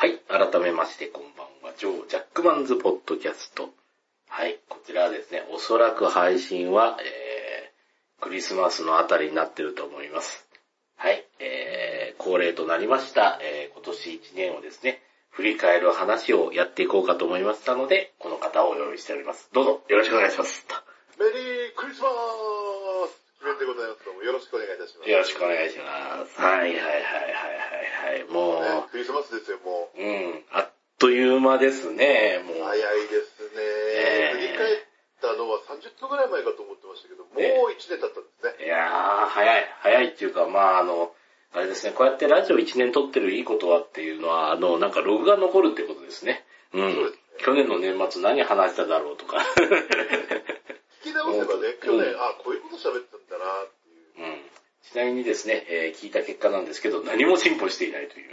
はい、改めましてこんばんは、ジョー・ジャックマンズポッドキャスト。はい、こちらはですね、おそらく配信は、クリスマスのあたりになってると思います。はい、恒例となりました、今年1年をですね、振り返る話をやっていこうかと思いましたので、この方をお用意しております。どうぞよろしくお願いします。 メリークリスマス記念でございます。どうもよろしくお願いいたします。 よろしくお願いします。はいはいはいはいはい。もう、 ね、クリスマスですよ、もう。 あっという間ですね、もう。 早いですね。振り返ったのは30分ぐらい前かと思ってましたけど、もう1年経ったんですね。 いやー、早いっていうか、あれですね、こうやってラジオ1年撮ってるいいことはっていうのは、なんかログが残るってことですね。うん。そうですね。去年の年末何話しただろうとか。 聞き直せばね、去年、こういうこと喋ったんだなっていう。 ちなみにですね、聞いた結果なんですけど、何も進歩していないという。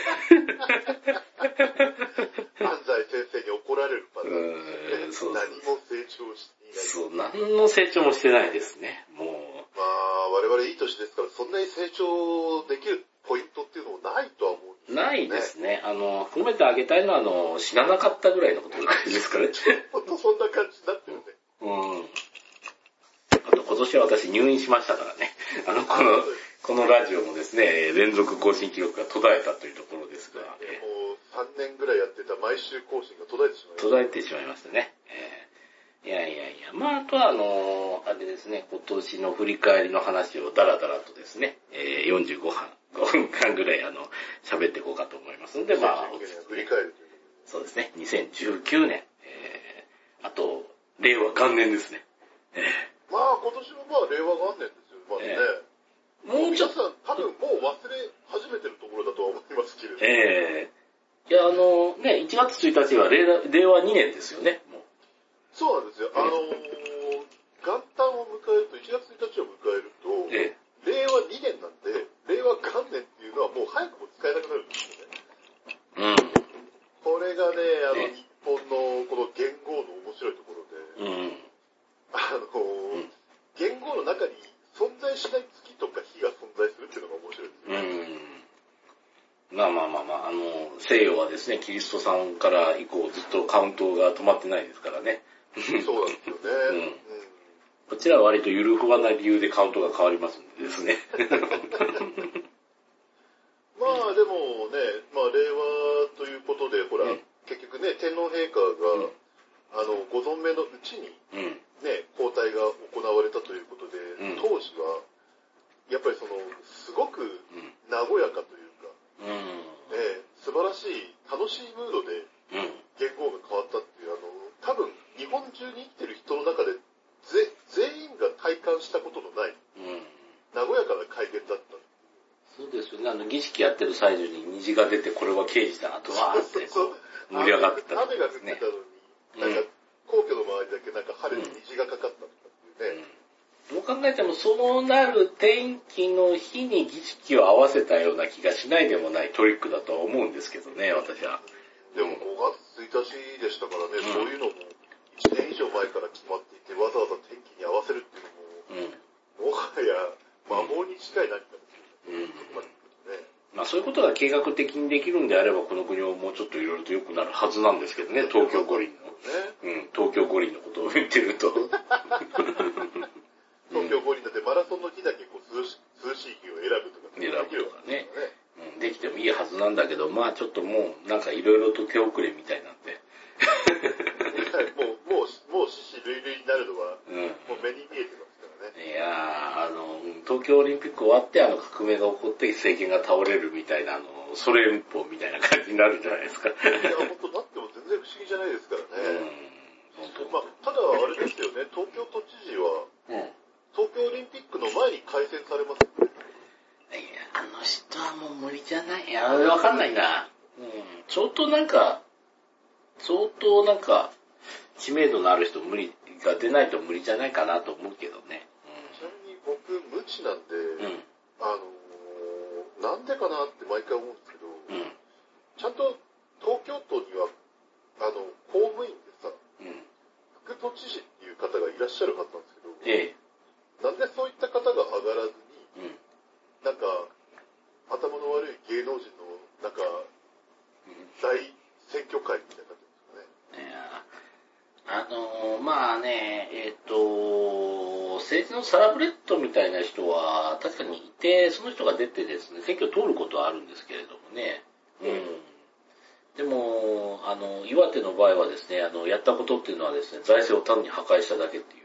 安西先生に怒られるパターン、 そう。 何も成長していない。 そう、何の成長もしてないですね、もう。 我々いい年ですから、そんなに成長できるポイントっていうのもないとは思うんですよね。 ないですね。褒めてあげたいのは、死ななかったぐらいのことですかね。 ほんとそんな感じになってるね。 あと今年は私入院しましたからね。このラジオもですね、連続更新記録が途絶えたというところですが。もう3年ぐらいやってた毎週更新が途絶えてしまいました。 途絶えてしまいましたね。あとはあれですね、今年の振り返りの話をダラダラとですね、45分間ぐらい喋っていこうかと思いますので、 振り返るという。 そうですね、2019年、あと、令和元年ですね。 今年も令和元年ですよ、まずね。もうちょっと多分もう忘れ始めてるところだとは思いますけれども。 いや、1月1日は令和2年ですよね、もう。 そうなんですよ。元旦を迎えると、1月1日を迎えると、令和2年なんで、令和元年っていうのはもう早くも使えなくなるんですよね。これがね、日本のこの元号の面白いところで、元号の中に存在しない月とか日が存在するっていうのが面白いですよね。 西洋はですね、キリストさんから以降ずっとカウントが止まってないですからね。 そうなんですよね。 こちらは割とゆるふわな理由でカウントが変わりますんでですね。 でもね、令和ということで、ほら、結局ね、天皇陛下が、ご存命のうちに、ね、交代が行われたということで、当時は、やっぱりすごく和やかというか、素晴らしい、楽しいムードで、元号が変わったっていう、多分、日本中に生きてる人の中で、全員が体感したことのない、和やかな会見だった。 そうですよね、儀式やってる最中に虹が出て、これは刑事だとわーって盛り上がってた、 雨が降ってたのに、皇居の周りだけ晴れて虹がかかったとかっていうね。 どう考えてもそうなる天気の日に儀式を合わせたような気がしないでもないトリックだとは思うんですけどね、私は。 でも5月1日でしたからね、そういうのも1年以上前から決まっていて、わざわざ天気に合わせるっていうのも、もはや魔法に近い何かですよね。 そういうことが計画的にできるんであれば、この国はもうちょっといろいろと良くなるはずなんですけどね、東京五輪の。東京五輪のことを言ってると。 東京五輪だってマラソンの日だけ涼しい日を選ぶとか。 選ぶとかね。できてもいいはずなんだけど、ちょっともういろいろと手遅れみたいなんで。 もう死死類類になるのは、もう目に見えてますからね。 いや東京オリンピック終わって革命が起こって政権が倒れるみたいなソ連邦みたいな感じになるんじゃないですか。 いや、本当なっても全然不思議じゃないですからね。ただあれですよね、東京都知事は、東京オリンピックの前に改選されますよね。 いや、あの人はもう無理じゃない。いや、わかんないな。相当知名度のある人が出ないと無理じゃないかなと思うけどね。 ちなみに僕、無知なんで、なんでかなって毎回思うんですけど、ちゃんと東京都には、公務員でさ、副都知事っていう方がいらっしゃるはずなんですけど、なんでそういった方が上がらずに、頭の悪い芸能人の、 選挙会みたいな感じですかね。 まあね、政治のサラブレッドみたいな人は確かにいて、その人が出てですね、選挙を通ることはあるんですけれどもね。でも、岩手の場合はですね、やったことっていうのはですね、財政を単に破壊しただけっていう。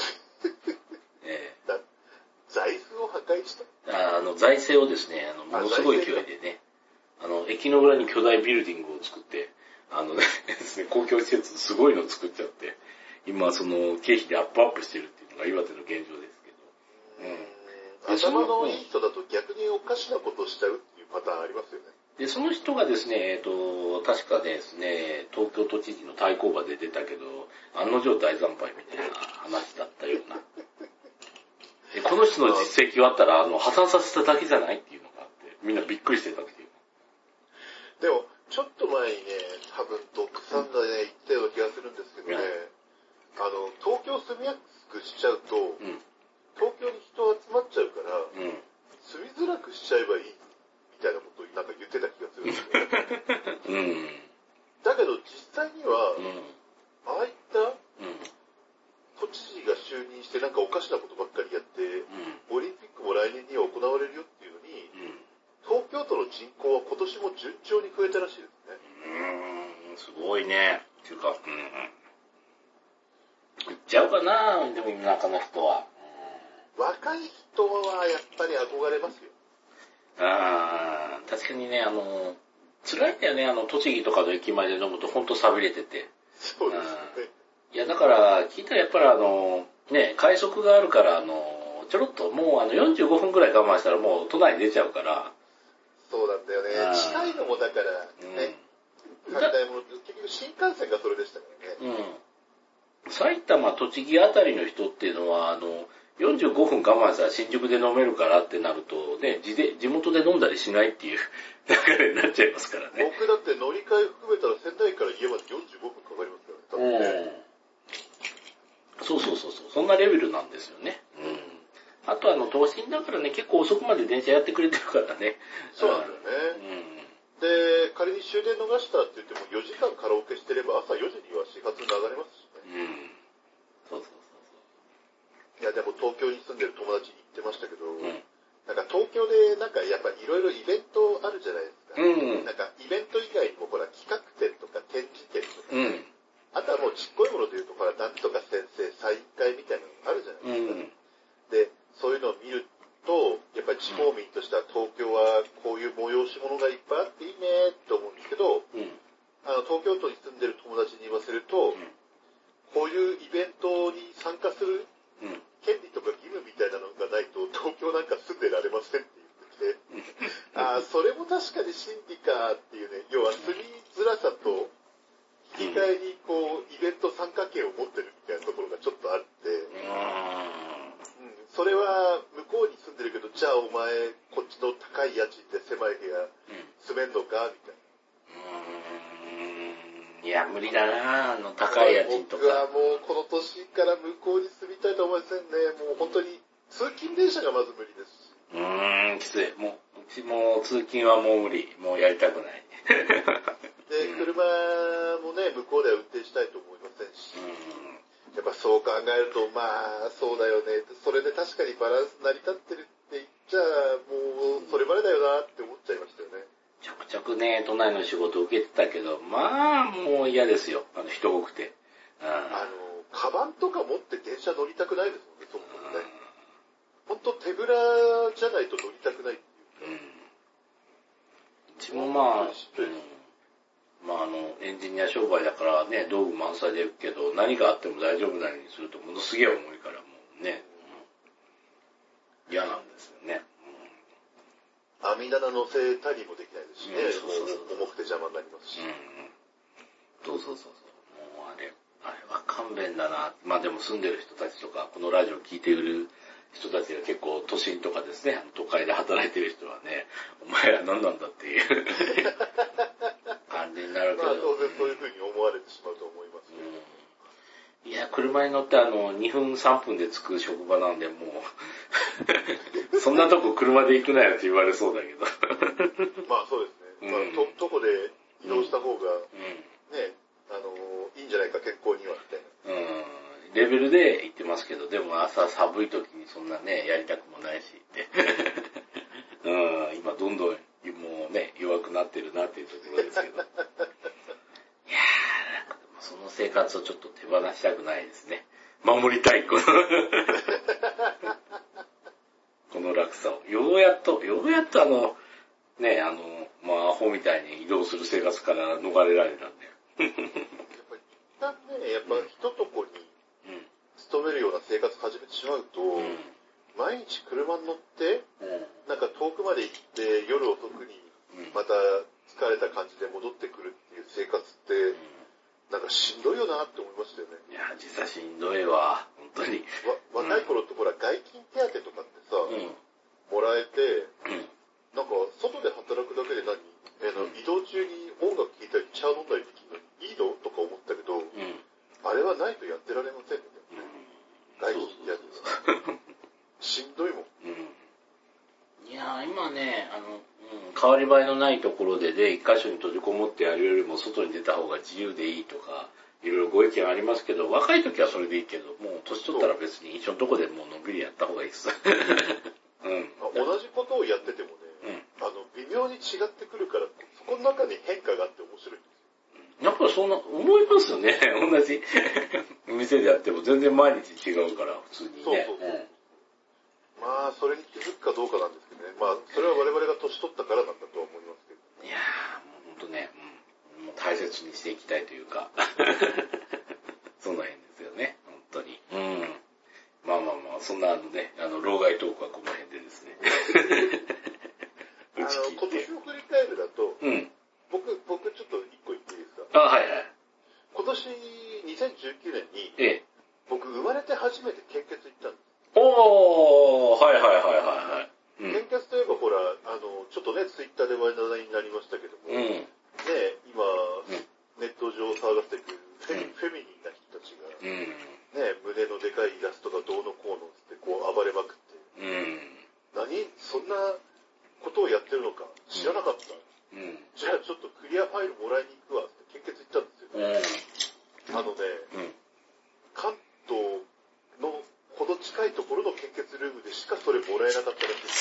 財政を破壊した財政をですね、ものすごい勢いでね、駅の裏に巨大ビルディングを作って、ですね、公共施設すごいのを作っちゃって、今その経費でアップしてるっていうのが岩手の現状ですけど。 頭のいい人だと逆におかしなことをしちゃうっていうパターンありますよね。 で、その人がですね、確かですね、東京都知事の対抗馬で出たけど、案の定大惨敗みたいな話だったような。でこの人の実績があったら、破産させただけじゃないっていうのがあって、みんなびっくりしてたっていう。 でも、ちょっと前にね、多分ドックさんがね、言ったような気がするんですけどね、東京住みやすくしちゃうと、東京に人集まっちゃうから、住みづらくしちゃえばいいみたいなことをなんか言ってた気がするんですよ。だけど実際には、ああいった都知事が就任してなんかおかしなことばっかりやって、オリンピックも来年には行われるよっていうのに、東京都の人口は今年も順調に増えたらしいですね。 すごいね。っていうか、行っちゃうかな、でも田舎の人は。 若い人はやっぱり憧れますよ。 確かにね、辛いんだよね、栃木とかの駅前で飲むとほんと寂れてて。 そうですね。 いや、だから、聞いたらやっぱりね、快速があるから、ちょろっともう45分くらい我慢したらもう都内に出ちゃうから。 そうなんだよね。近いのもだからね、結局新幹線がそれでしたからね。 埼玉、栃木あたりの人っていうのは、45分我慢したら新宿で飲めるからってなると、ね、地元で飲んだりしないっていう流れになっちゃいますからね。 僕だって乗り換え含めたら仙台から家まで45分かかりますからね。 そう。そんなレベルなんですよね。あと都心だからね、結構遅くまで電車やってくれてるからね。 そうなんだよね。で、仮に終電逃したって言っても4時間カラオケしてれば朝4時には始発流れますしね。 そう。 いや、でも東京に住んでる友達に言ってましたけど、なんか東京でなんかやっぱいろいろイベントあるじゃないですか。なんかイベント以外にもほら企画展とか展示展とか、あとはもうちっこいもので言うとほらなんとか先生サイン会みたいなのがあるじゃないですか。で、そういうのを見ると、やっぱり地方民としては東京はこういう催し物がいっぱいあっていいねと思うんですけど、東京都に住んでる友達に言わせると、こういうイベントに参加する権利とか義務みたいなのがないと東京なんか住んでられませんって言ってて、それも確かに真理かっていうね、要は住みづらさと引き換えにこうイベント参加権を持ってるみたいなところがちょっとあって、それは向こうに住んでるけど、じゃあお前こっちの高い家賃で狭い部屋住めんのかみたいな。 いや、無理だな高い家賃とか。 僕はもうこの年から向こうに住みたいと思いませんね。もう本当に通勤電車がまず無理ですし。 きつい。もう通勤はもう無理。もうやりたくない。 で、車もね、向こうでは運転したいと思いませんし。やっぱそう考えると、まあ、そうだよね。それで確かにバランス成り立ってるって言っちゃ、もう、それまでだよなって思っちゃいましたよね。 ちょくちょくね、都内の仕事を受けてたけど、まあ、もう嫌ですよ。人多くて。 カバンとか持って電車乗りたくないですもんね、そもそもね。ほんと手ぶらじゃないと乗りたくないっていうか。 うちもまあ、エンジニア商売だからね、道具満載で行くけど、何があっても大丈夫なようにするとものすげえ重いからもうね、嫌なんですよね。 網棚乗せたりもできないですしね、重くて邪魔になりますし。 そう。もうあれは勘弁だな。まあでも住んでる人たちとか、このラジオ聞いている人たちが結構都心とかですね、都会で働いてる人はね、お前ら何なんだっていう感じになるけど。 まあ当然そういう風に思われてしまうと思いますけど。 いや、車に乗って2分3分で着く職場なんで、もう、そんなとこ車で行くなよって言われそうだけど。 まあそうですね。まあ、どこで移動したした方が、ね、いいんじゃないか、健康には、みたいな。 レベルで言ってますけど、でも朝寒い時にそんなね、やりたくもないしって。今どんどんもうね、弱くなってるなっていうところですけど。いやー、その生活をちょっと手放したくないですね。守りたい、この楽さを。ようやっとね、アホみたいに移動する生活から逃れられたんで。 やっぱ一とこに勤めるような生活始めてしまうと、毎日車に乗って、なんか遠くまで行って夜遅くにまた疲れた感じで戻ってくるっていう生活って、なんかしんどいよなって思いましたよね。 いや、実際しんどいわ、本当に。 若い頃ってほら、外勤手当とかってさ、もらえて、なんか外で働くだけで移動中に音楽聴いたり茶飲んだりできるのいいのとか思ったけど、あれはないとやってられませんね。外勤手当しんどいもん。 いやー、今ね、変わり映えのないところで一箇所に閉じこもってやるよりも外に出た方が自由でいいとか、いろいろご意見ありますけど、若い時はそれでいいけど、もう年取ったら別に一緒のとこでもうのんびりやった方がいいです。 同じことをやっててもね、微妙に違ってくるから、そこの中に変化があって面白いんですよ。やっぱりそんな、思いますよね。同じ店でやっても全然毎日違うから、普通にね。 まあ、それに気づくかどうかなんですけどね。まあ、それは我々が年取ったからなんだとは思いますけど。 いやー、もうほんとね、もう大切にしていきたいというか、その辺ですよね、本当に。まあ、そんな老害トークはこの辺でですね。 今年を振り返るだと、僕ちょっと一個言っていいですか？ はいはい。 今年2019年に、僕生まれて初めて献血行ったんです。 はい。 献血といえばほら、ちょっとね、ツイッターで話題になりましたけども、ね、今、ネット上を騒がせていくフェミニンな人たちが、ね、胸のでかいイラストがどうのこうのってこう暴れまくって、そんなことをやってるのか知らなかった。じゃあちょっとクリアファイルもらいに行くわって献血行ったんですよ。関東のほど近いところの献血ルームでしかそれもらえなかったらしいです。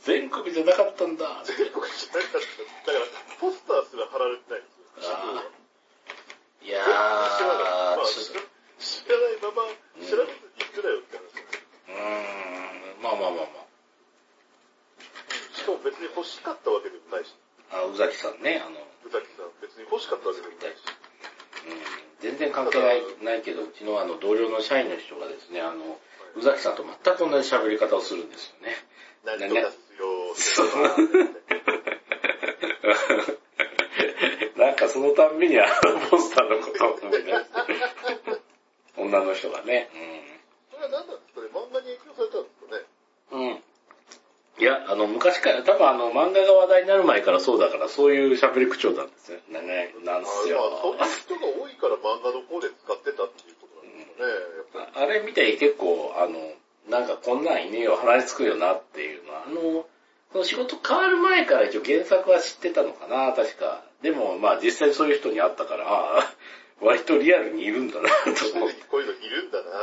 全国じゃなかったんだ。 全国じゃなかった。だからポスターすら貼られてないんですよ。 いやー、 知らないまま調べずに行くなよって話です。 まあ。 しかも別に欲しかったわけでもないし。 宇崎さんね、 宇崎さん別に欲しかったわけでもないし。 全然関係ないけど、うちの同僚の社員の人がですね、宇崎さんと全く同じ喋り方をするんですよね。 何とかっすよなんかそのたんびにポスターのことを思い出して。女の人がね。 それは何なんですかね？漫画に影響されたんですかね？ いや、昔から、多分漫画が話題になる前からそうだから、そういう喋り口調なんですよ。なんすよ。 そういう人が多いから漫画の方で使ってたっていうことなんですかね。 あれ見て結構、なんかこんなんいねえよ、鼻につくよなっていうのは、この仕事変わる前から一応原作は知ってたのかな、確か。でも、まあ実際そういう人に会ったから、割とリアルにいるんだな、と思って。 こういうのいるんだな。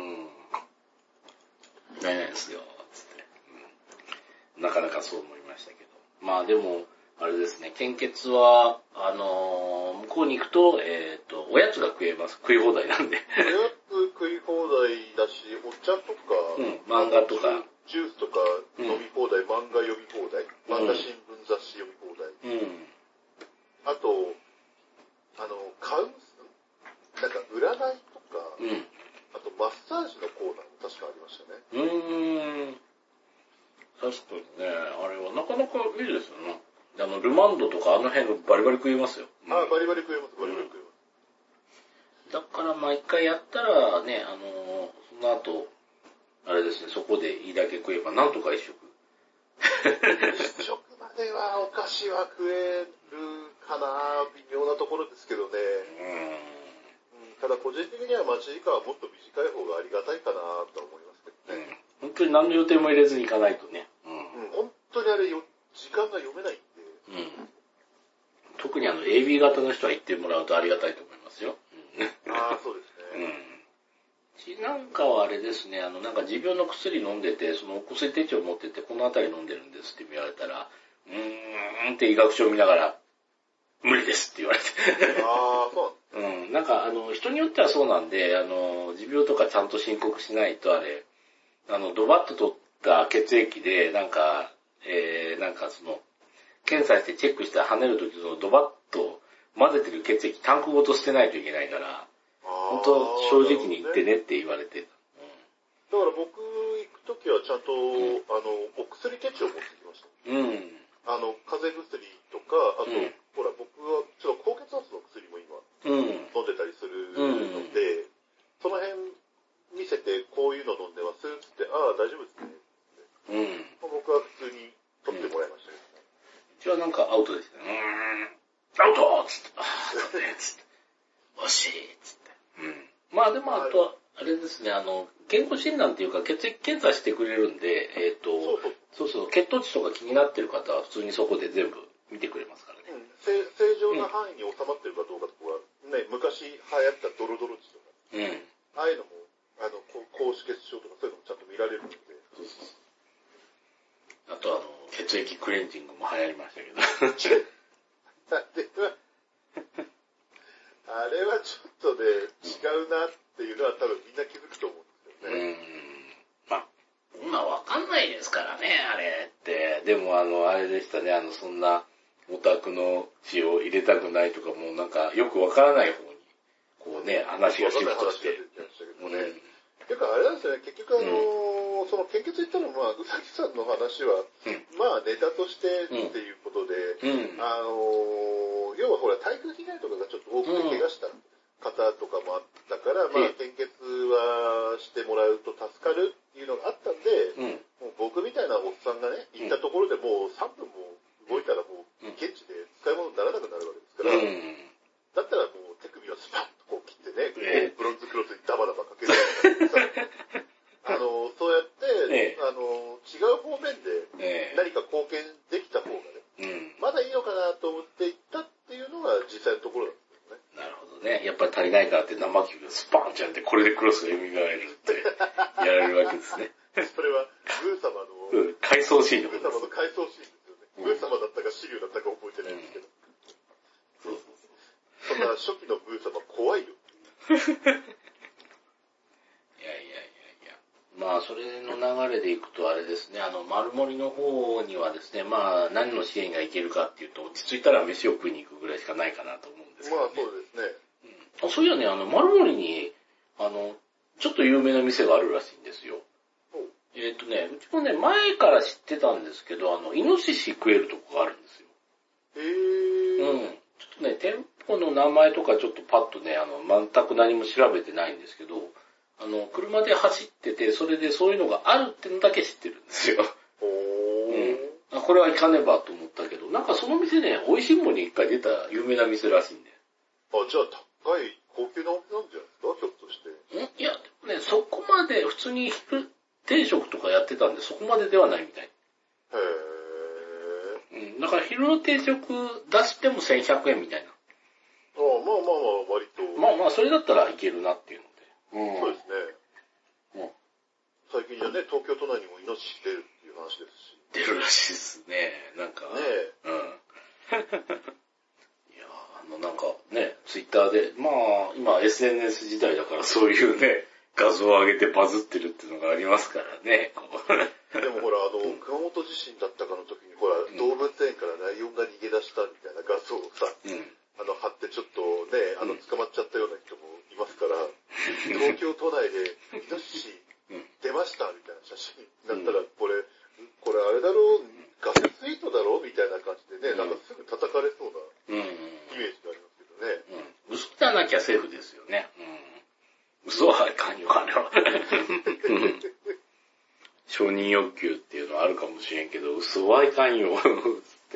ないですよ、つって。なかなかそう思いましたけど。まあでも、あれですね、献血は、向こうに行くと、おやつが食えます。食い放題なんで。 おやつ食い放題だし、お茶とか、 漫画とか、 ジュースとか飲み放題、漫画読み放題、漫画新聞雑誌読み放題。あと、カウンスなんか占いとか、あとマッサージのコーナーも確かありましたね。 確かにね、あれはなかなかいいですよね。ルマンドとかあの辺バリバリ食いますよ。 バリバリ食えます。 だから一回やったらね、その後、あれですね、そこでいいだけ食えばなんとか一食。 一食まではお菓子は食えるかな、微妙なところですけどね。ただ個人的には待ち時間はもっと短い方がありがたいかなと思いますけどね。 本当に何の予定も入れずに行かないとね。 本当にあれ時間が読めないんで。 特特にAB 型の人は言ってもらうとありがたいと思いますよ。 ああ、そうですね。 うちなんかはあれですね、なんか持病の薬飲んでて、そのお薬手帳持ってて、このあたり飲んでるんですって言われたら、って医学書を見ながら、無理ですって言われて。 ああ、そうなんですね。 なんか人によってはそうなんで、持病とかちゃんと申告しないとあれ、ドバッと取った血液で、なんかその、検査してチェックして跳ねるとき、そのドバッと混ぜてる血液タンクごと捨てないといけないから、本当正直に言ってねって言われて。 だから僕行くときはちゃんと、お薬手帳持ってきました。風邪薬とか、あと、ほら、僕はちょっと高血圧の薬も今、飲んでたりするので、その辺見せて、こういうの飲んでますつって、ああ、大丈夫ですね。僕は普通に取ってもらいましたけどね。 うちはなんかアウトですね。アウトつって、ダメつって。惜しいつって。まあでもあとは、あれですね、健康診断っていうか血液検査してくれるんで、そう血糖値とか気になってる方は普通にそこで全部見てくれますからね。 正常な範囲に収まってるかどうかとかは、ね、昔流行ったドロドロ値とか、ああいうのも、高脂血症とかそういうのもちゃんと見られるので。 あと血液クレンジングも流行りましたけど。 あれはちょっとね、違うなっていうのは多分みんな気づくと思うんですよね。 まあ、今わかんないですからね、あれって。でもあれでしたね、そんなオタクの血を入れたくないとかもなんかよくわからない方に、こうね、話がシフトして。 てかあれなんですよね、結局その献血言ったのは、うさぎさんの話は、まあネタとしてっていうことで、要はほら体育被害とかがちょっと多くて怪我した方とかもあったから、まあ献血はしてもらうと助かるっていうのがあったんで、もう僕みたいなおっさんがね、行ったところでもう3分も動いたらもう現地で使い物にならなくなるわけですから、だったらもう手首をスパッとこう切ってね、ブロンズクロスにダバダバかけるそうやって、違う方面で何か貢献できた方がね、まだいいのかなと思って行ったっていうのが実際のところなんですよね。 なるほどね。やっぱり足りないからって生首をスパーンちゃんってこれでクロスが蘇るってやられるわけですね。 それは、グー様の、 回想シーンのグー様の回想シーンですよね。グー様だったかシリュウだったか覚えてないんですけど。そんな初期のグー様怖いよ。 まあ、それの流れでいくとあれですね、丸森の方にはですね、まあ、何の支援がいけるかっていうと、落ち着いたら飯を食いに行くぐらいしかないかなと思うんですけど、ね。 まあ、そうですね。 そういやね、丸森に、ちょっと有名な店があるらしいんですよ。うちもね、前から知ってたんですけど、イノシシ食えるとこがあるんですよ。ちょっとね、店舗の名前とかちょっとパッとね、全く何も調べてないんですけど、車で走ってて、それでそういうのがあるってのだけ知ってるんですよ。これは行かねばと思ったけど、なんかその店ね、美味しいもんに一回出た有名な店らしいんで。 じゃあ高い、高級なお店なんじゃないですか、ひょっとして。 いや、でもね、そこまで普通に昼定食とかやってたんで、そこまでではないみたい。だから昼の定食出しても1100円みたいな。 まあ、割と。 まあ、それだったらいけるなっていうので。 そうですね。最近じゃね、東京都内にもイノシシ出るっていう話ですし。 出るらしいですね。なんか。 ねいやなんかね、ツイッターで、まあ、今 SNS 時代だからそういうね、画像を上げてバズってるっていうのがありますからね。 でもほら、熊本地震だったかの時に、ほら、動物園からライオンが逃げ出したみたいな画像をさ、貼ってちょっとね、捕まっちゃったような人もいますから、東京都内でイノシシ出ましたみたいな写真だったら、これあれだろう、ガセツイートだろうみたいな感じでね、なんかすぐ叩かれそうなイメージがありますけどね。 嘘じゃなきゃセーフですよね。嘘はあかんよ、あれは。承認欲求っていうのはあるかもしれんけど、嘘はいかんよ、つって。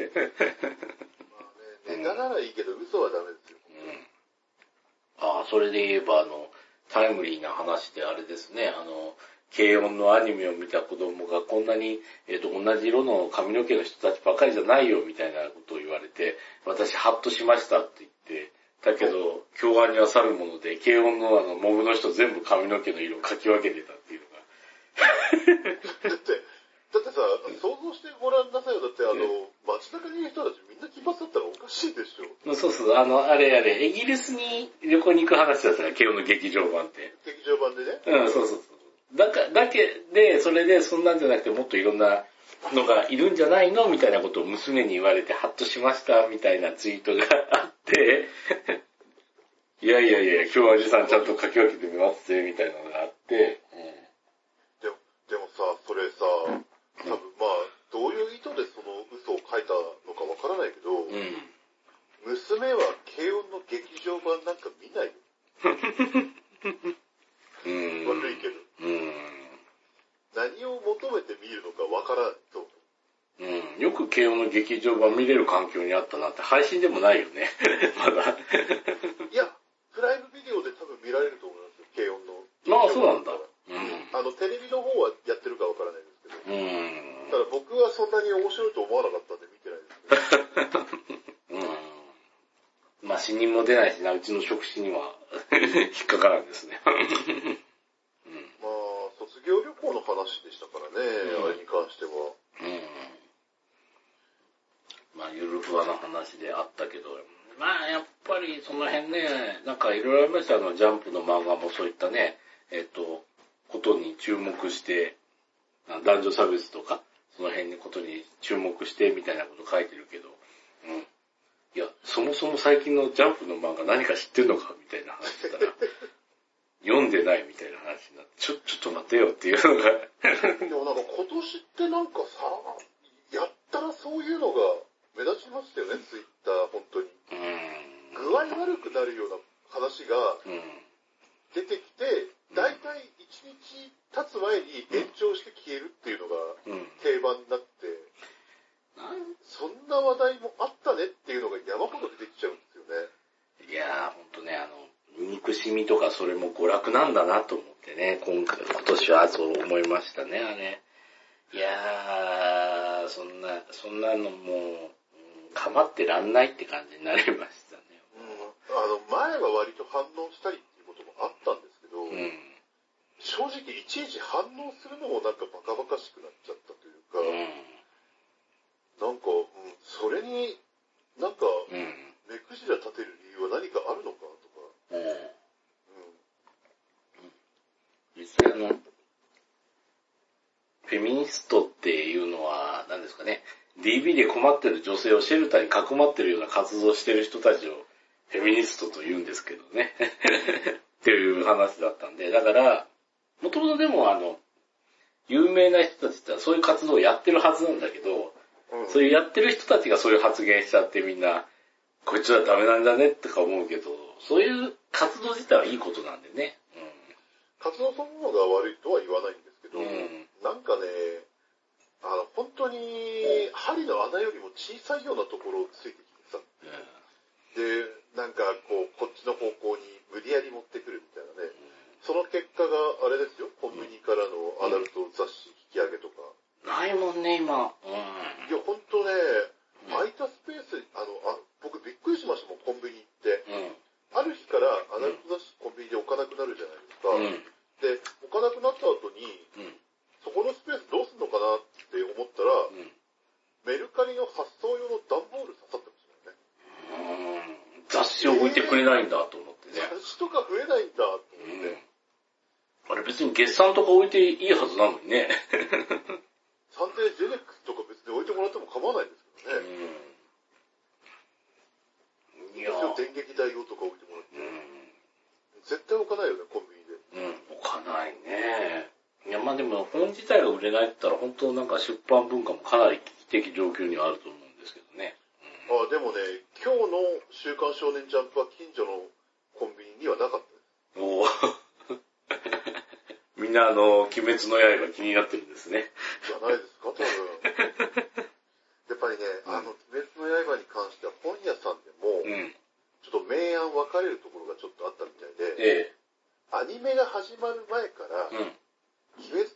まあね、ネタならいいけど、嘘はダメですよ。 それで言えば、タイムリーな話であれですね、 軽音のアニメを見た子供がこんなに、同じ色の髪の毛の人たちばかりじゃないよみたいなことを言われて、私ハッとしましたって言って、だけど、京アニは去るもので、軽音のモブの人全部髪の毛の色を描き分けてたっていうのが。 だってさ、想像してごらんなさいよ。だって街中にいる人たちみんな金髪だったらおかしいでしょ。 そうそう、あれ、イギリスに旅行に行く話だったら、慶応の劇場版って。 劇場版でね。 うん、そうそうそう。それで、そんなんじゃなくてもっといろんなのがいるんじゃないのみたいなことを娘に言われて、ハッとしました、みたいなツイートがあって、いや、今日はおじさんちゃんと書き分けてみますぜ、みたいなのがあって、 でもさ、それさ、多分どういう意図でその嘘を書いたのかわからないけど、娘は軽音の劇場版なんか見ないよ。悪いけど。何を求めて見るのかわからないと。 よく慶応の劇場版見れる環境にあったなって、配信でもないよね。まだ。 いや、プライムビデオで多分見られると思いますよ、慶応の。 ああ、そうなんだ。 テレビの方はやってるかわからないですけど。ただ僕はそんなに面白いと思わなかったんで見てないですけど。 死人も出ないしな、うちの職種には引っかからんですね。 卒業旅行の話でしたからね、あれに関しては。 ゆるふわな話であったけど、やっぱりその辺ね、なんかいろいろありました。ジャンプの漫画もそういったね、ことに注目して、男女差別とか、その辺のことに注目してみたいなこと書いてるけど、いや、そもそも最近のジャンプの漫画何か知ってんのかみたいな話したら、読んでないみたいな話になって、ちょっと待てよっていうのが。 でもなんか今年ってなんかさ、やったらそういうのが目立ちましたよね、ツイッター、本当に。具合悪くなるような話が出てきて、だいたい1日経つ前に延長して消えるっていうのが定番になって、そんな話題もあったねっていうのが山ほど出てきちゃうんですよね。 いやー、ほんとね、憎しみとかそれも娯楽なんだなと思ってね、今年はそう思いましたね、あれ。いやー、そんなのもう、構ってらんないって感じになりましたね。 前は割と反応したりっていうこともあったんですけど、正直いちいち反応するのもなんかバカバカしくなっちゃったというか、なんか、それになんか、目くじら立てる理由は何かあるのかとか。 実際フェミニストっていうのは、何ですかね、DV で困ってる女性をシェルターにかくまってるような活動をしてる人たちをフェミニストと言うんですけどね。っていう話だったんで、だから、もともとでも有名な人たちってそういう活動をやってるはずなんだけど、そういうやってる人たちがそういう発言しちゃってみんな、こいつはダメなんだねとか思うけど、そういう活動自体はいいことなんでね。 活動そのものが悪いとは言わないんですけど、なんかね、本当に針の穴よりも小さいようなところをついてきてさ、で、なんかこっちの方向に無理やり持ってくるみたいなね、その結果があれですよ、コンビニからのアダルト雑誌引き上げとか。 ないもんね、今。 いや、本当ね、空いたスペース、僕びっくりしましたもん、コンビニ行って。ある日からアダルト雑誌コンビニで置かなくなるじゃないですか。で、置かなくなった後に、そこのスペースどうすんのかなって思ったら、メルカリの発送用の段ボール刺さってましたよね。 雑誌を置いてくれないんだと思ってね。 雑誌とか増えないんだと思って。 あれ別に月産とか置いていいはずなのにね。 サンデージェネックスとか別に置いてもらっても構わないんですけどね。いや電撃代用とか置いてもらって。絶対置かないよね、コンビニで。 置かないね。いや、でも本自体が売れないって言ったら本当なんか出版文化もかなり危機的状況にはあると思うんですけどね。 でもね、今日の週刊少年ジャンプは近所のコンビニにはなかったです。 みんな鬼滅の刃気になってるんですね。 じゃないですか、多分。やっぱりね、鬼滅の刃に関しては本屋さんでも、ちょっと明暗分かれるところがちょっとあったみたいで、アニメが始まる前から、鬼滅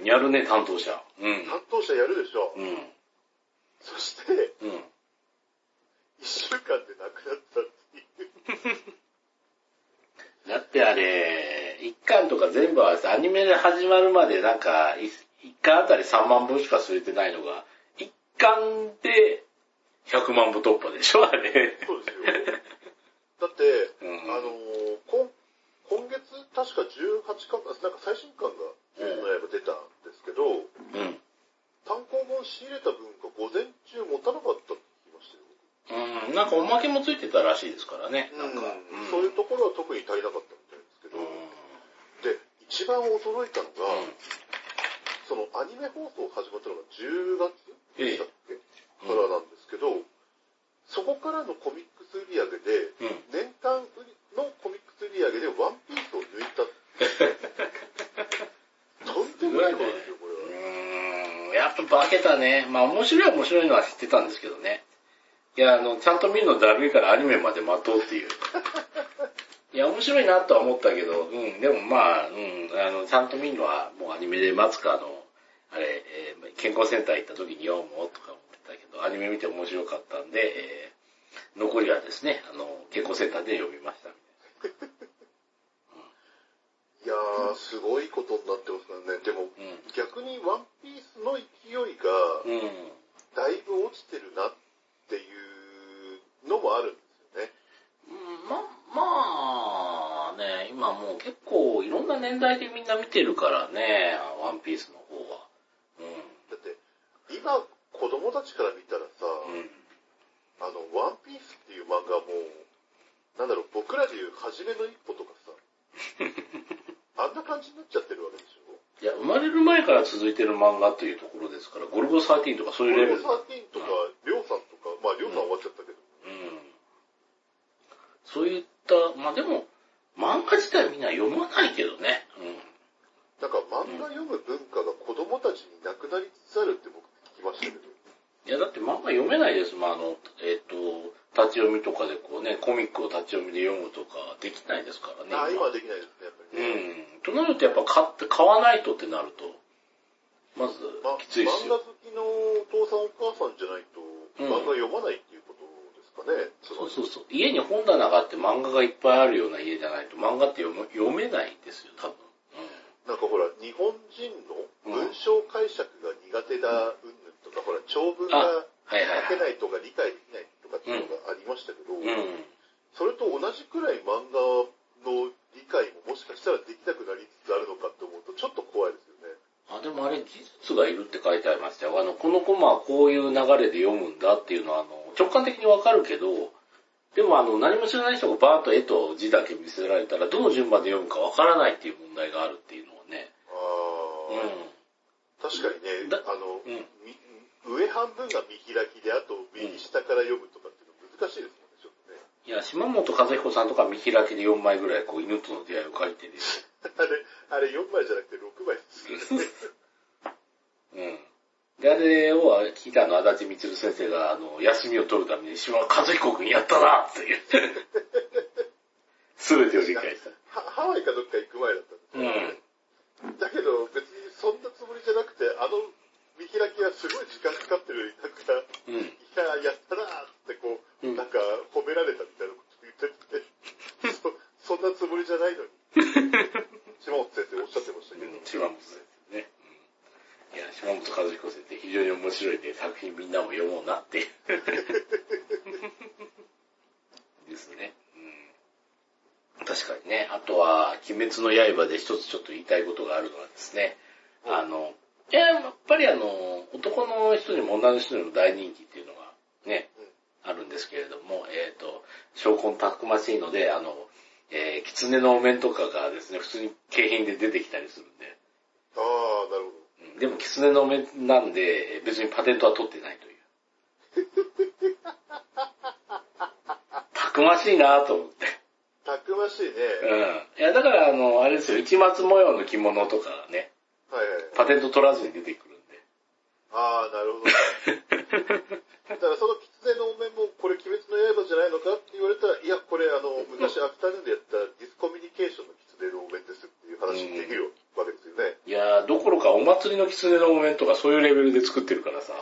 やるね、担当者。 担当者やるでしょ。そして、一週間で亡くなったっていう。 だってあれ、一巻とか全部はアニメで始まるまでなんか、一巻あたり3万部しか据えてないのが、一巻で100万部突破でしょ、あれ。 そうですよ。だって、今月確か18巻、なんか最新巻が鬼滅の刃出たんですけど、単行本仕入れた分が午前中持たなかったって聞きましたよ。 なんかおまけもついてたらしいですからね。なんか、 そういうところは特に足りなかったみたいですけど、で、一番驚いたのが、そのアニメ放送始まったのが10月でしたっけ、からなんですけど、そこからのコミックス売り上げで、年間のコミックス売り上げでワンピースを抜いた。とんでもないことですよ、これは。 やっぱ化けたね。まあ面白いのは知ってたんですけどね。いや、ちゃんと見るのだるいからアニメまで待とうっていう。いや、面白いなとは思ったけど、でもまあ、ちゃんと見るのはもうアニメで待つか、健康センター行った時に読もうとか思ってたけど、アニメ見て面白かったんで、残りはですね、健康センターで読みました。 いやー、すごいことになってますからね。でも、逆にワンピースの勢いが、だいぶ落ちてるなっていうのもあるんですよね。 まあね、今もう結構いろんな年代でみんな見てるからね、ワンピースの方は。 だって、今、子供たちから見たらさ、ワンピースっていう漫画も、なんだろう、僕らでいう初めの一歩とかさ、あんな感じになっちゃってるわけでしょ。 いや、生まれる前から続いてる漫画というところですから、ゴルゴ13とかそういうレベル。 ゴルゴ13とか、りょうさんとか、まありょうさん終わっちゃったけど。 そういった、まあでも、漫画自体みんな読まないけどね。 なんか漫画読む文化が子供たちになくなりつつあるって僕聞きましたけど。 いや、だって漫画読めないです。まあ立ち読みとかでこうね、コミックを立ち読みで読むとかできないですからね。 今はできないですね、やっぱりね。 となるとやっぱ買わないとってなると、まず、きついですよ。 漫画好きのお父さんお母さんじゃないと、漫画読まないっていうことですかね。 そう。家に本棚があって漫画がいっぱいあるような家じゃないと漫画って読めないですよ、多分。 なんかほら、日本人の文章解釈が苦手だ、うんぬんとか、ほら、長文が書けないとか理解できないとかっていうのがありましたけど、それと同じくらい漫画の理解ももしかしたらできなくなりつつあるのかって思うとちょっと怖いですよね。 でもあれ技術がいるって書いてありましたよ。このコマはこういう流れで読むんだっていうのは直感的にわかるけど、でも何も知らない人がバーッと絵と字だけ見せられたらどの順番で読むかわからないっていう問題があるっていうのはね。 確かにね、上半分が見開きで、あと右下から読むとかっていうの難しいですもんね、ちょっとね。 いや、島本和彦さんとか見開きで4枚ぐらいこう犬との出会いを書いてる。 あれ4枚じゃなくて6枚ですよね。 で、あれを聞いた足立光先生が休みを取るために島和彦くんやったなっていう。すべてを理解した。 ハワイかどっか行く前だったんですよ。だけど別にそんなつもりじゃなくて、見開きはすごい時間かかってる、なんか、いや、やったなーってこう、なんか褒められたみたいなこと言ってて、そんなつもりじゃないのに。島本先生おっしゃってましたけど。 島本先生ね。いや、島本和彦先生非常に面白いで作品みんなも読もうなっていう。ですね。確かにね。あとは、鬼滅の刃で一つちょっと言いたいことがあるのはですね、やっぱり男の人にも女の人にも大人気っていうのがね、あるんですけれども、証拠たくましいので、狐のお面とかがですね、普通に景品で出てきたりするんで。 なるほど。でも狐のお面なんで、別にパテントは取ってないという。たくましいなと思って。 たくましいね。 いや、だからあれですよ、市松模様の着物とかね、パテント取らずに出てくるんで。 なるほど。だからその狐のお面も、これ鬼滅の刃じゃないのかって言われたら、いや、これ昔アフタヌーンでやったディスコミュニケーションの狐のお面ですっていう話にできるわけですよね。 いやー、どころかお祭りの狐のお面とかそういうレベルで作ってるからさ。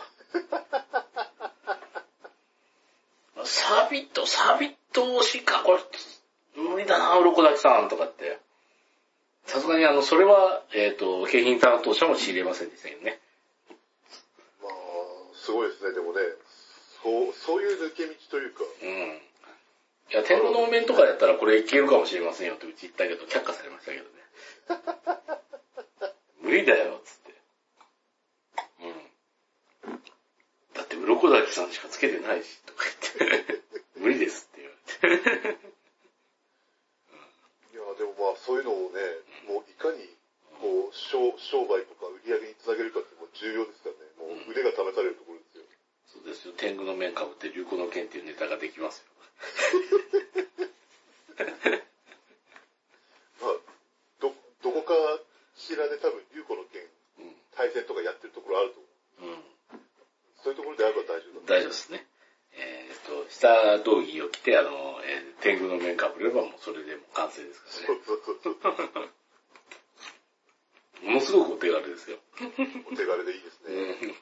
サビット推しか、これ、無理だな、鱗滝さんとかって。さすがにそれは、景品担当者も仕入れませんでしたけどね。 まあ、すごいですね、でもね。そういう抜け道というか。 うん。いや、天狗のお面とかやったらこれいけるかもしれませんよってうち言ったけど、却下されましたけどね。無理だよ、つって。うん。だって、鱗滝さんしかつけてないし、とか言って。無理ですって言われて。 いや、でもまあ、そういうのをね、もういかに、こう、商売とか売り上げにつなげるかってもう重要ですからね。もう腕が試されるところですよ。 そうですよ。天狗の面被って流行の剣っていうネタができますよ。 まあ、どこかしらで多分、流行の剣、対戦とかやってるところあると思う。うん。そういうところであれば大丈夫だ。 大丈夫ですね。下道着を着て、天狗の面被ればもうそれでも完成ですからね。 そう。 ものすごくお手軽ですよ。 お手軽でいいですね。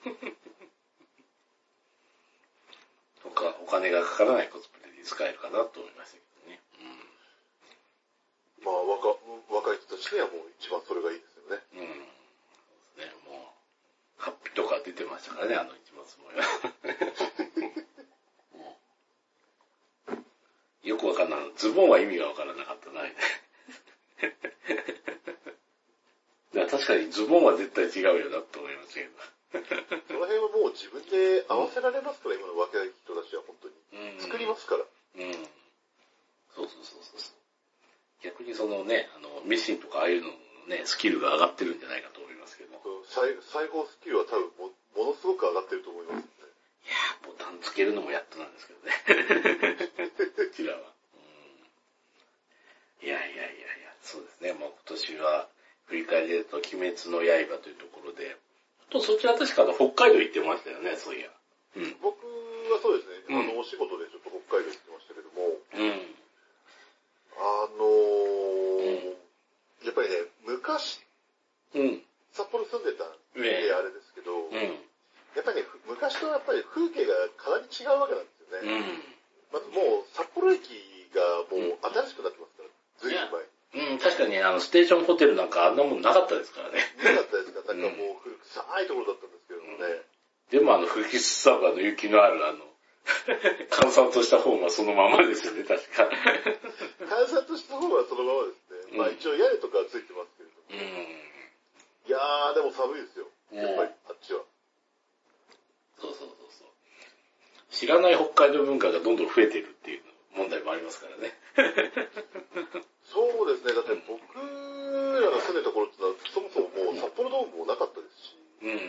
お金がかからないコスプレで使えるかなと思いましたけどね。 まあ、若い人たちにはもう一番それがいいですよね。 そうですね。もう、ハッピーとか出てましたからね、一番すごいは。よくわかんない。ズボンは意味がわからなかったな。確かにズボンは絶対違うよなと思いますけど。 その辺はもう自分で合わせられますから、今の若い人たちは本当に。作りますから。 そう。逆にそのね、ミシンとかああいうののね、スキルが上がってるんじゃないかと思いますけど。 裁縫スキルは多分ものすごく上がってると思いますね。 いやー、ボタンつけるのもやっとなんですけどね。こちらは。いや、そうですね。もう今年は、振り返りで言うと、鬼滅の刃というところで、そちら確か北海道行ってましたよね、そういや。 僕はそうですね、お仕事でちょっと北海道行ってましたけども、やっぱりね、昔、札幌住んでたんであれですけど、やっぱりね、昔とやっぱり風景がかなり違うわけなんですよね。まずもう、札幌駅がもう新しくなってますから、ずいぶん前。 確かにステーションホテルなんかあんなもんなかったですからね。 なかったですか、なんかもう古臭いところだったんですけどもね。 でも古着さが雪のある閑散とした方がそのままですよね、確か。 閑散とした方はそのままですね。まあ一応屋根とかはついてますけれども。いやー、でも寒いですよ。やっぱり、あっちは。 そう。知らない北海道文化がどんどん増えてるっていう問題もありますからね。 そうですね。だって僕らが住んでた頃ってのは、そもそももう札幌ドームもなかったですし。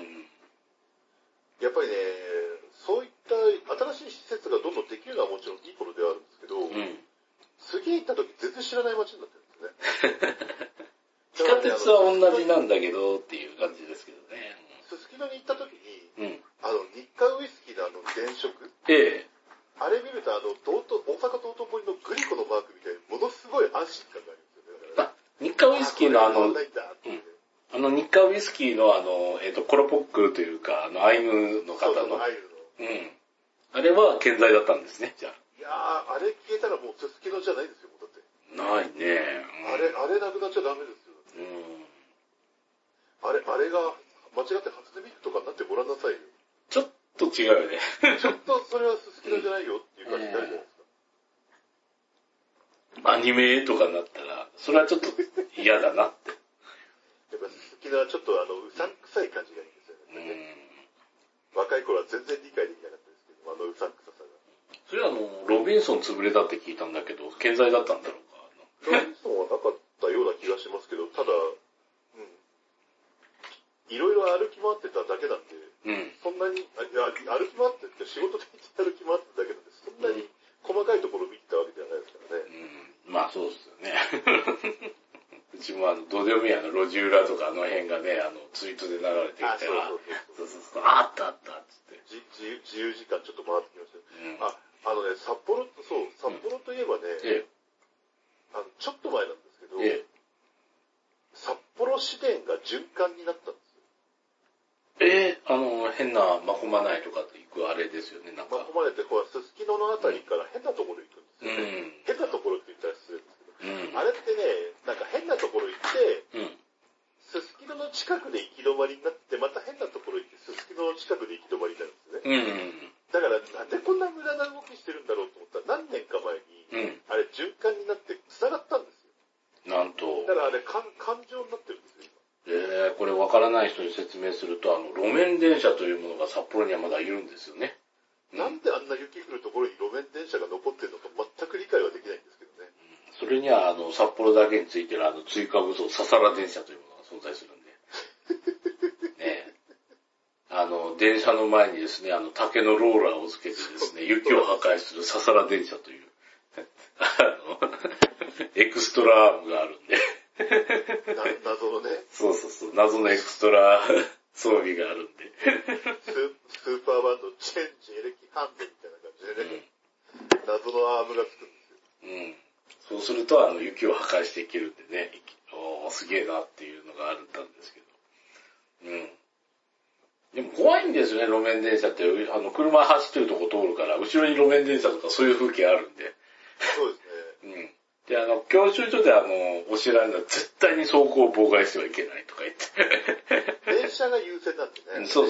やっぱりね、そういった新しい施設がどんどんできるのはもちろんいいことではあるんですけど、次行った時全然知らない街になってるんですね。 地下鉄は同じなんだけどっていう感じですけどね。 すすきのに行った時に、日課ウイスキーの原色、あれ見ると大阪道頓堀のグリコのマークみたいにものすごい安心感がありますよね。 日課ウイスキーの日課ウイスキーのコロポックというか、アイヌの方の。 アイヌの。 あれは健在だったんですね、じゃあ。 いやー、あれ消えたらもうすすきのじゃないですよ、だって。 ないね。 あれなくなっちゃダメですよ。あれが間違って初音ミクとかになってごらんなさいよ。 ちょっと違うよね。 ちょっとそれはすすきのじゃないよっていう感じになるじゃないですか。アニメとかになったら、それはちょっと嫌だなって。 やっぱすすきのはちょっとうさんくさい感じがいいんですよね。若い頃は全然理解できなかったですけど、うさんくささが。 それはロビンソン潰れたって聞いたんだけど、健在だったんだろうか。 ロビンソンはなかったような気がしますけど、ただ、いろいろ歩き回ってただけなんで、そんなに、歩き回ってって仕事的に歩き回ってただけなんで、そんなに細かいところを見てたわけではないですからね。 まあそうですよね。うちもどうでもいい路地裏とか辺がね、ツイートで流れてきたら、そう、あったっつって。 自由時間ちょっと回ってきましたよ。札幌といえばね、ちょっと前なんですけど、札幌幌市電が循環になったんですよ。 変な、まこまないとかって行くあれですよね、なんか。 まこまれて、ほら、すすきののあたりから変なところ行くんですよね。 うん。 変なところって言ったら失礼ですけど。 うん。 あれってね、なんか変なところ行って、 うん。 すすきのの近くで行き止まりになって、また変なところ行って、すすきのの近くで行き止まりになるんですね。 うん。 だから、なんでこんな無駄な動きしてるんだろうと思ったら、何年か前に、あれ循環になって繋がったんですよ。 なんと。 だからあれ、環状になってるんですよ、今。 これわからない人に説明すると、路面電車というものが札幌にはまだいるんですよね。 なんであんな雪降るところに路面電車が残ってるのか全く理解はできないんですけどね。 それには、札幌だけについてる追加武装、ササラ電車というものが存在するんで。ね電車の前にですね、竹のローラーをつけてですね、雪を破壊するササラ電車という、エクストラアームがあるんで。 謎のね。 そう、謎のエクストラ装備があるんで。 スーパーバンド、チェンジ、エレキハンデみたいな感じでね、謎のアームがつくんですよ。 そうすると、雪を破壊していけるんでね、すげえなっていうのがあったんですけど。でも怖いんですよね、路面電車って。車走ってるとこ通るから、後ろに路面電車とかそういう風景あるんで。 そうですね。 で、教習所で教えられるのは絶対に走行を妨害してはいけないとか言って。 電車が優先なんでね。 そう。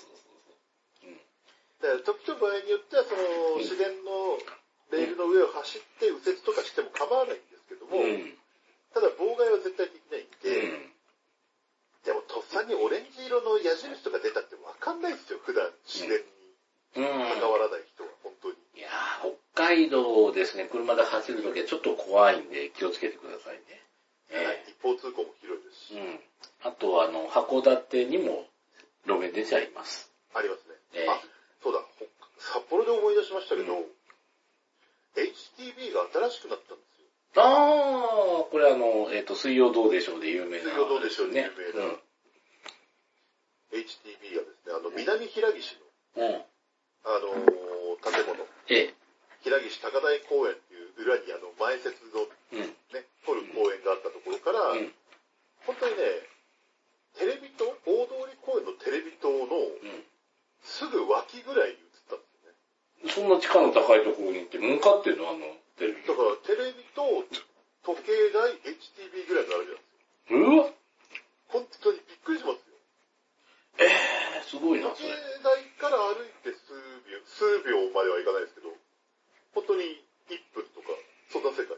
だから時と場合によっては、自然のレールの上を走って右折とかしても構わないんですけども、ただ妨害は絶対できないんで、でもとっさにオレンジ色の矢印とか出たってわかんないですよ、普段自然に関わらない人は、本当に。 いやー、北海道ですね、車で走るときはちょっと怖いんで気をつけてくださいね。 一方通行も広いですし。 あとは函館にも路面電車あります。 ありますね。そうだ、札幌で思い出しましたけど、HTB が新しくなったんですよ。 これ水曜どうでしょうで有名な、 水曜どうでしょうで有名な、HTB がですね、南平岸の、建物、平岸高台公園っていう裏に前説のね、撮る公園があったところから、本当にね、テレビ塔、大通公園のテレビ塔の、すぐ脇ぐらいに映ったんですよね。そんな地価の高いところに行って儲かってんのテレビ。 だからテレビと時計台 HTB ぐらいのあるじゃないですか。 うわ本当にびっくりしますよ。 すごいな、 時計台から歩いて数秒まではいかないですけど、本当に1分とか、そんな世界。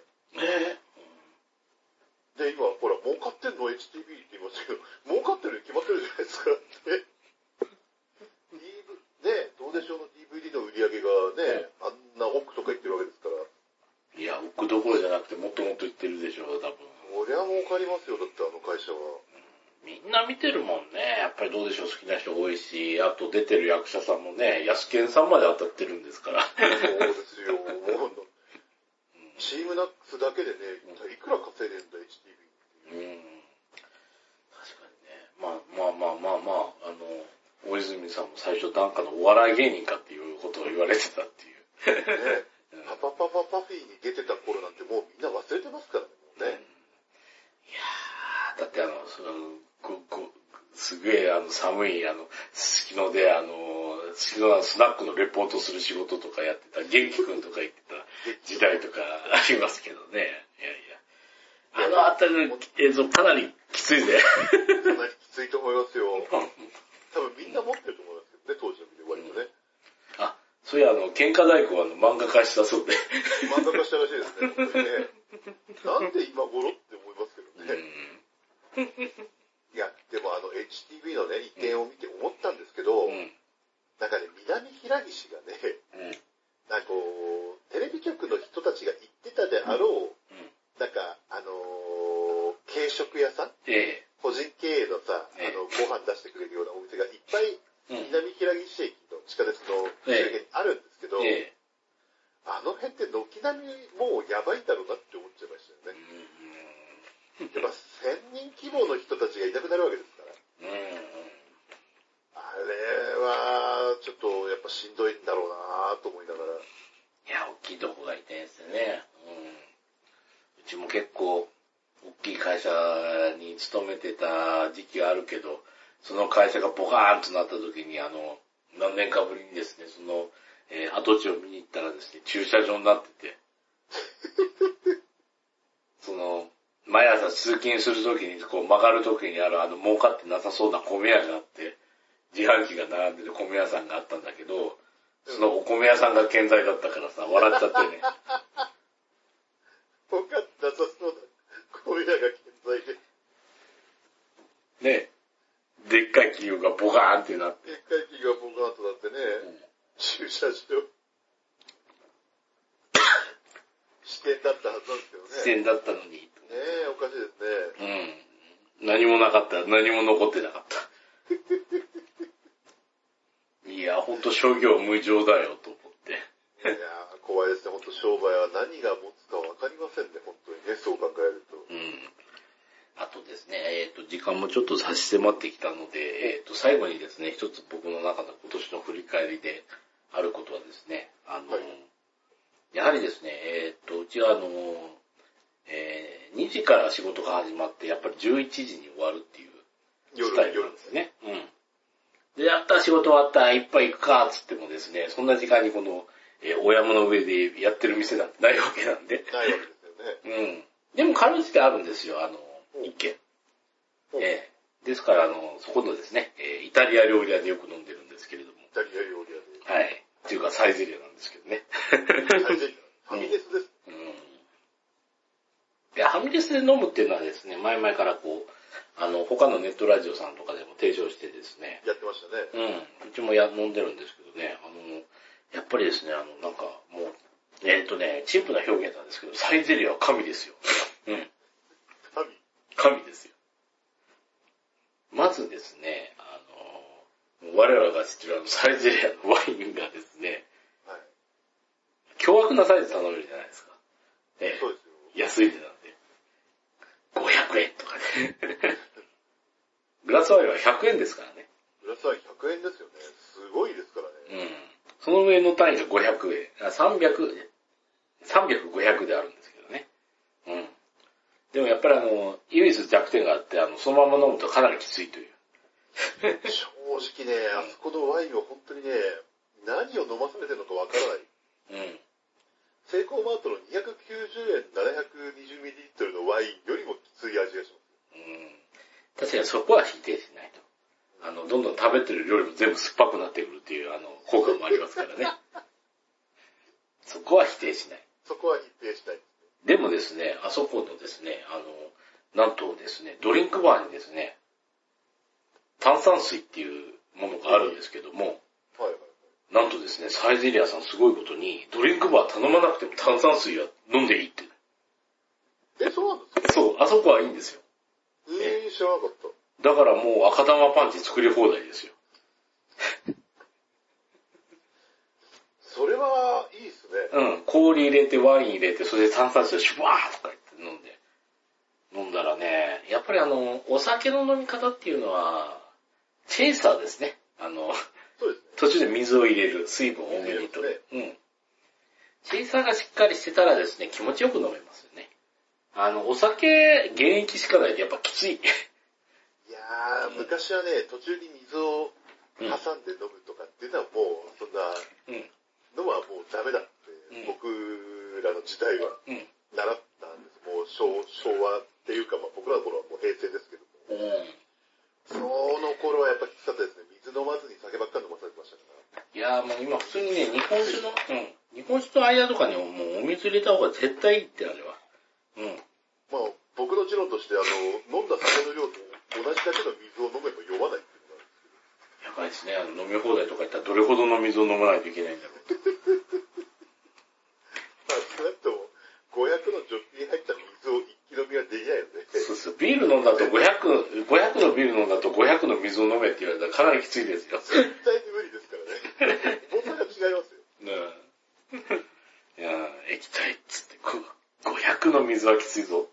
で、今、ほら、儲かってんの HTB って言いましたけど、儲かってるに決まってるじゃないですか。どうでしょうの DVD の売り上げがね、あんな億とか言ってるわけですから。 いや、億どころじゃなくてもっともっと言ってるでしょう、多分。 そりゃ儲かりますよ、だって会社は。 みんな見てるもんね。やっぱりどうでしょう、好きな人多いし、あと出てる役者さんもね、安健さんまで当たってるんですから。 そうですよ。チームナックスだけでね、いくら稼いでんだ、HTB っていう。 確かにね。まあ、大泉さんも最初なんかのお笑い芸人かっていうことを言われてたっていう。 ね、パフィーに出てた頃なんてもうみんな忘れてますからね、もうね。 いやー、だってすげえ寒いすすきのですきのスナックのレポートする仕事とかやってた、元気くんとか言ってた時代とかありますけどね。いや。あたりの映像かなりきついぜ。 かなりきついと思いますよ。多分みんな持ってると思いますけどね、当時のビデオ割とね。 そういや喧嘩太鼓は漫画化したそうで。 漫画化したらしいですね、本当にね。なんで今頃って思いますけどね。いや、でもHTB のね、移転を見て思ったんですけど、なんかね、南平岸がね、なんかこう、テレビ局の人たちが行ってたであろう、なんか、軽食屋さん、個人経営のさ、ご飯出してくれるようなお店がいっぱい、南平岸駅の地下鉄の周辺にあるんですけど、あの辺って軒並みもうやばいんだろうなって思っちゃいましたよね。やっぱ1000人規模の人たちがいなくなるわけですから。あれは、ちょっとやっぱしんどいんだろうなと思いながら。 いや、大きいとこが移転してね。うちも結構、大きい会社にに勤めてた時期があるけど、その会社がボカーンとなった時に何年かぶりにですね、その、跡地を見に行ったらですね、駐車場になってて、その、毎朝通勤する時にこう曲がる時にある儲かってなさそうな米屋があって、自販機が並んでる米屋さんがあったんだけど、そのお米屋さんが健在だったからさ、笑っちゃってね。 儲かってなさそうな米屋が健在で。 ね、でっかい企業がボカーンってなって。 でっかい企業がボカーンとなってね、駐車場。支店だったはずなんですけどね。 支店だったのに。 ねえ、おかしいですね。 うん。何もなかった。何も残ってなかった。いや、ほんと商業無常だよ、と思って。 いやー、怖いですね。ほんと商売は何が持つかわかりませんね、本当にね、そう考えると。 うん。あとですね、時間もちょっと差し迫ってきたので、最後にですね、一つ僕の中の今年の振り返りであることはですね、はい、やはりですね、うちは2時から仕事が始まって、やっぱり11時に終わるっていうスタイルなんですね。うん。で、やった仕事終わったら一杯行くか、つってもですね、そんな時間にこの、お山の上でやってる店なんてないわけなんで。 ないわけですよね。 うん。でも、かろうじてあるんですよ、一軒。ですから、そこのですね、イタリア料理屋でよく飲んでるんですけれども。 イタリア料理屋で。 はい。っていうか、サイゼリアなんですけどね。 サイゼリア。ファミレスです。 うん。いや、ファミレスで飲むっていうのはですね、前々からこう、他のネットラジオさんとかでも提唱してですね。 やってましたね。 うん。うちも飲んでるんですけどね、やっぱりですね、なんかもう、チンプな表現なんですけど、サイゼリアは神ですよ。うん。神ですよ。まずですね、我々が知ってるサイゼリアのワインがですね、はい、凶悪なサイズ頼めるじゃないですか。 そうですよ。 安い値段で。500円とかね。グラスワインは100円ですからね。 グラスワイン100円ですよね。すごいですからね。 うん。その上の単位が500円。300、500であるんですけどね。うん。でもやっぱり唯一弱点があって、そのまま飲むとかなりきついという。 正直ね、あそこのワインは本当にね、何を飲まされてるのかわからない。うん。セイコーマートの290円 720ml のワインよりもきつい味がします。 うん。確かにそこは否定しないと。どんどん食べてる料理も全部酸っぱくなってくるっていう、効果もありますからね。そこは否定しない。 そこは否定しない。 でもですね、あそこのですね、なんとですね、ドリンクバーにですね、炭酸水っていうものがあるんですけども、はいはいはい、なんとですね、サイゼリアさんすごいことに、ドリンクバー頼まなくても炭酸水は飲んでいいって。 そうなんですか？ そう、あそこはいいんですよ。 知らなかった。 だからもう赤玉パンチ作り放題ですよ。 それはいいっすね。 うん。氷入れて、ワイン入れて、それで炭酸水をシュワーとか言って飲んだらね、やっぱりお酒の飲み方っていうのは、チェイサーですね。 そうですね。 途中で水を入れる、水分を多めにとる。うん。チェイサーがしっかりしてたらですね、気持ちよく飲めますよね。お酒、原液しかないとやっぱきつい。 いやー、昔はね、途中に水を挟んで飲むとかっていうのはもう、そんなのはもうダメだって、僕らの時代は習ったんです。もう昭和っていうか、まあ僕らの頃はもう平成ですけども。その頃はやっぱきつかったですね。水飲まずに酒ばっかり飲まされてましたから。 いやーもう今普通にね、日本酒の間とかにももうお水入れた方が絶対いいってあれは。うん。 まあ、僕の持論として、飲んだ酒の量と同じだけの水を飲めば酔わないっていうのがあるんですけど。 やばいですね。飲み放題とか言ったらどれほどの水を飲まないといけないんだろう。 まあ、少なくとも500のジョッキに入った水を一気飲みはできないよね。 そうそう。ビール飲んだと500のビール飲んだと500の水を飲めって言われたらかなりきついですよ。 絶対に無理ですからね。重さが違いますよ。 いや液体っつって500の水はきついぞ。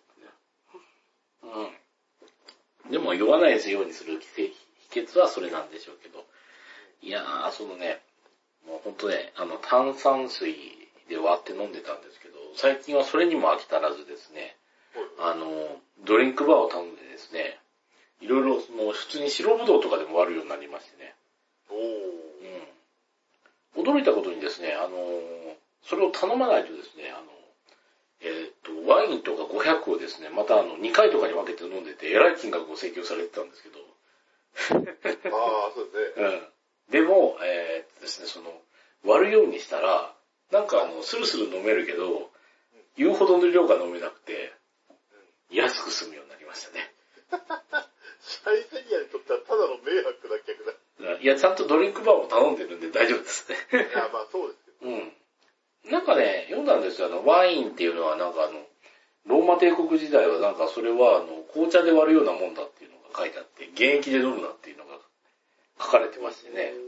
うん。でも酔わないようにする秘訣はそれなんでしょうけど。いやー、もうほんとね、炭酸水で割って飲んでたんですけど、最近はそれにも飽き足らずですね、 ドリンクバーを頼んでですね、いろいろ普通に白ぶどうとかでも割るようになりましてね。驚いたことにですね、それを頼まないとですね、ワインとか500をですね、また2回とかに分けて飲んでて、えらい金額を請求されてたんですけど。 そうですね。 でも、ですね、割るようにしたら、なんかスルスル飲めるけど、言うほどの量が飲めなくて、安く済むようになりましたね。 サイゼリアにとってはただの迷惑な客だ。 いや、ちゃんとドリンクバーも頼んでるんで大丈夫ですね。 いや、まあそうですけど。 なんかね、読んだんですよ。ワインっていうのはなんかローマ帝国時代はなんかそれは紅茶で割るようなもんだっていうのが書いてあって、原液で飲むなっていうのが書かれてましてね。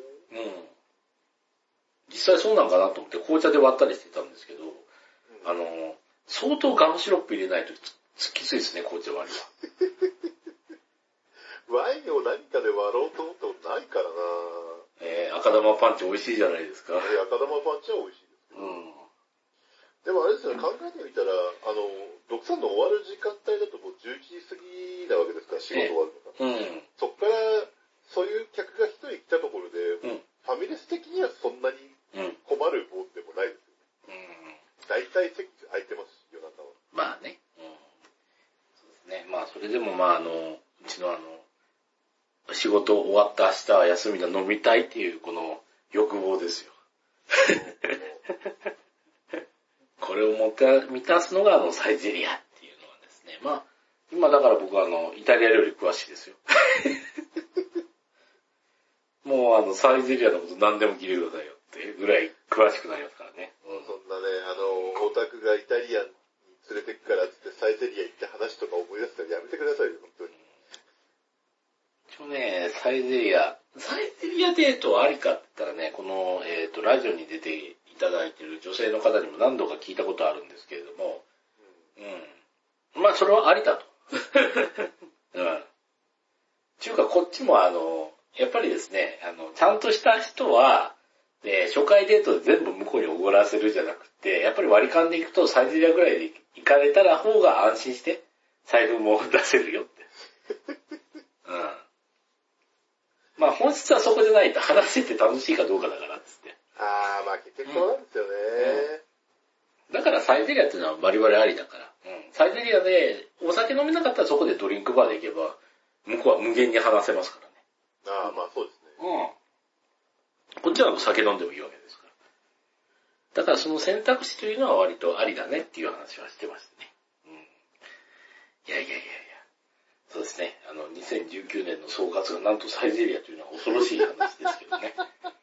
実際そうなんかなと思って紅茶で割ったりしてたんですけど、相当ガムシロップ入れないときついですね、紅茶割りは。ワインを何かで割ろうと思ったことないからな。 赤玉パンチ美味しいじゃないですか。 赤玉パンチは美味しいですけど。でもあれですよね、考えてみたら、独産の終わる時間帯だともう11時過ぎなわけですから、仕事終わるのが。そっから、そういう客が一人来たところで、ファミレス的にはそんなに困るもんでもないですよね。大体席空いてますし、夜中は。 まあね。そうですね。まあそれでもまあうちの仕事終わった明日は休みだ飲みたいっていうこの欲望ですよ。これを満たすのがサイゼリアっていうのはですね。まあ、今だから僕はイタリア料理詳しいですよ。もうサイゼリアのこと何でも聞いてくださいよっていうぐらい詳しくなりますからね。 そんなね、オタクがイタリアンに連れてくからってサイゼリア行って話とか思い出すからやめてくださいよ、本当に。 サイゼリアデートはありかって言ったらね、この、ラジオに出ていただいている女性の方にも何度か聞いたことあるんですけれども、まあそれはありだと。ちゅうかこっちもやっぱりですね、ちゃんとした人は、初回デートで全部向こうにおごらせるじゃなくて、やっぱり割り勘で行くとサイゼリアぐらいで行かれたら方が安心して財布も出せるよって。まあ本質はそこじゃないと話してて楽しいかどうかだからっつって。 まあ結局そうなんですよね。 だからサイゼリアっていうのはバリバリありだから。サイゼリアでお酒飲めなかったらそこでドリンクバーで行けば、向こうは無限に話せますからね。 まあそうですね。 こっちはお酒飲んでもいいわけですから。だからその選択肢というのは割とありだねっていう話はしてましたね。いや。そうですね。2019年の総括がなんとサイゼリアというのは恐ろしい話ですけどね。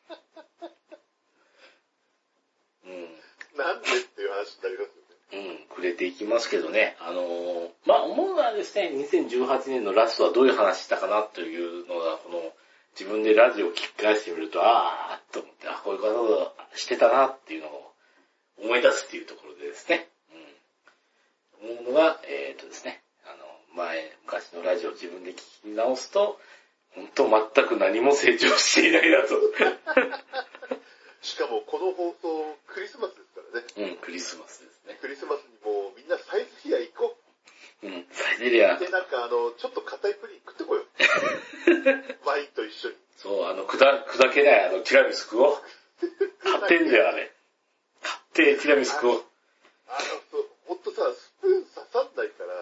なんでっていう話になりますよね。 くれていきますけどね。まあ思うのはですね、2018年のラストはどういう話したかなというのが、この自分でラジオを聞き返してみると、と思って、こういうことをしてたなっていうのを思い出すっていうところでですね。思うのが、ですね、昔のラジオを自分で聞き直すと、本当全く何も成長していないなと。 しかもこの放送、クリスマスですからね。 クリスマスですね。 クリスマスにもうみんなサイゼリア行こう。 サイゼリア。 で、なんかちょっと硬いプリン食ってこよう。ワインと一緒に。 そう、砕けないティラミス食おう。買ってんだよ、あれ。買ってティラミス食おう。 ほんとさ、スプーン刺さんないから、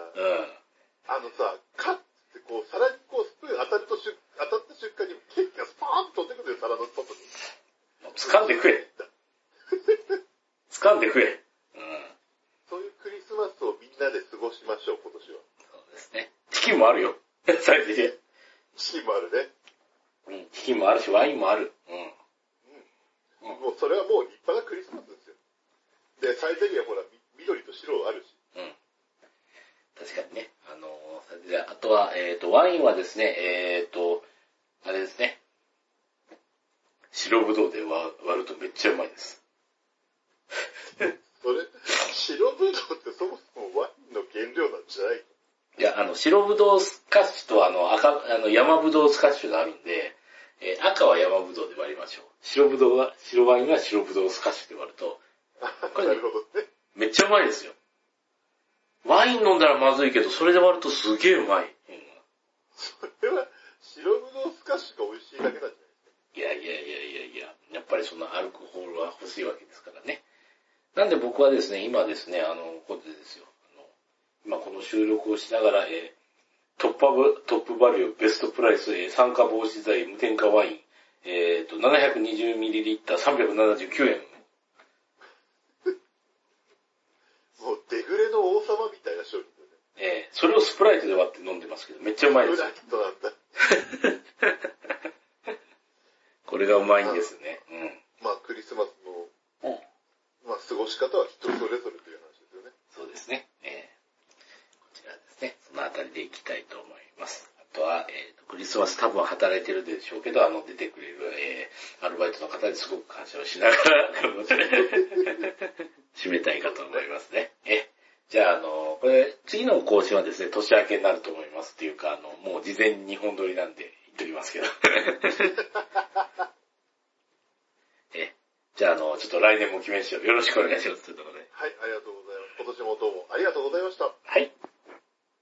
カッてこう、皿にこう、スプーン当たった瞬間にケーキがスパーンと飛んでくるよ、皿の外に。 掴んで食え。掴んで食え。 そういうクリスマスをみんなで過ごしましょう、今年は。 そうですね。チキンもあるよ。サイゼリア。 チキンもあるね。 チキンもあるし、ワインもある。 もうそれはもう立派なクリスマスですよ。で、サイゼリアほら、緑と白あるし。 確かにね。サイゼリア。あとは、ワインはですね、あれですね。白ぶどうで割るとめっちゃうまいです。 それ、白ぶどうってそもそもワインの原料なんじゃない？ いや、白ぶどうスカッシュと山ぶどうスカッシュがあるんで、赤は山ぶどうで割りましょう。白ワインは白ぶどうスカッシュで割ると、これ、 なるほどね。 めっちゃうまいですよ。 ワイン飲んだらまずいけど、それで割るとすげえうまい。 それは、白ぶどうスカッシュが美味しいだけなんじゃないですか。 やっぱりそのアルコールは欲しいわけですからね。なんで僕はですね、今ですね、ここでですよ、今この収録をしながら、トップバリュー、ベストプライス、酸化防止剤、無添加ワイン、720ml、379円。 もうデフレの王様みたいな商品だよね。 それをスプライトで割って飲んでますけど、めっちゃうまいですよ。 スプライトなんだ。 これがうまいんですよね。 まあ、クリスマスの、まあ、過ごし方は人それぞれという話ですよね。 そうですね。こちらですね。そのあたりでいきたいと思います。あとは、クリスマス多分働いてるでしょうけど、出てくれる、アルバイトの方にすごく感謝をしながら、締めたいかと思いますね。じゃあ、これ、次の更新はですね、年明けになると思いますっていうか、もう事前に本撮りなんで言っときますけど。じゃあ、ちょっと来年も決めましょう。よろしくお願いします。というところで。 はい、ありがとうございます。今年もどうもありがとうございました。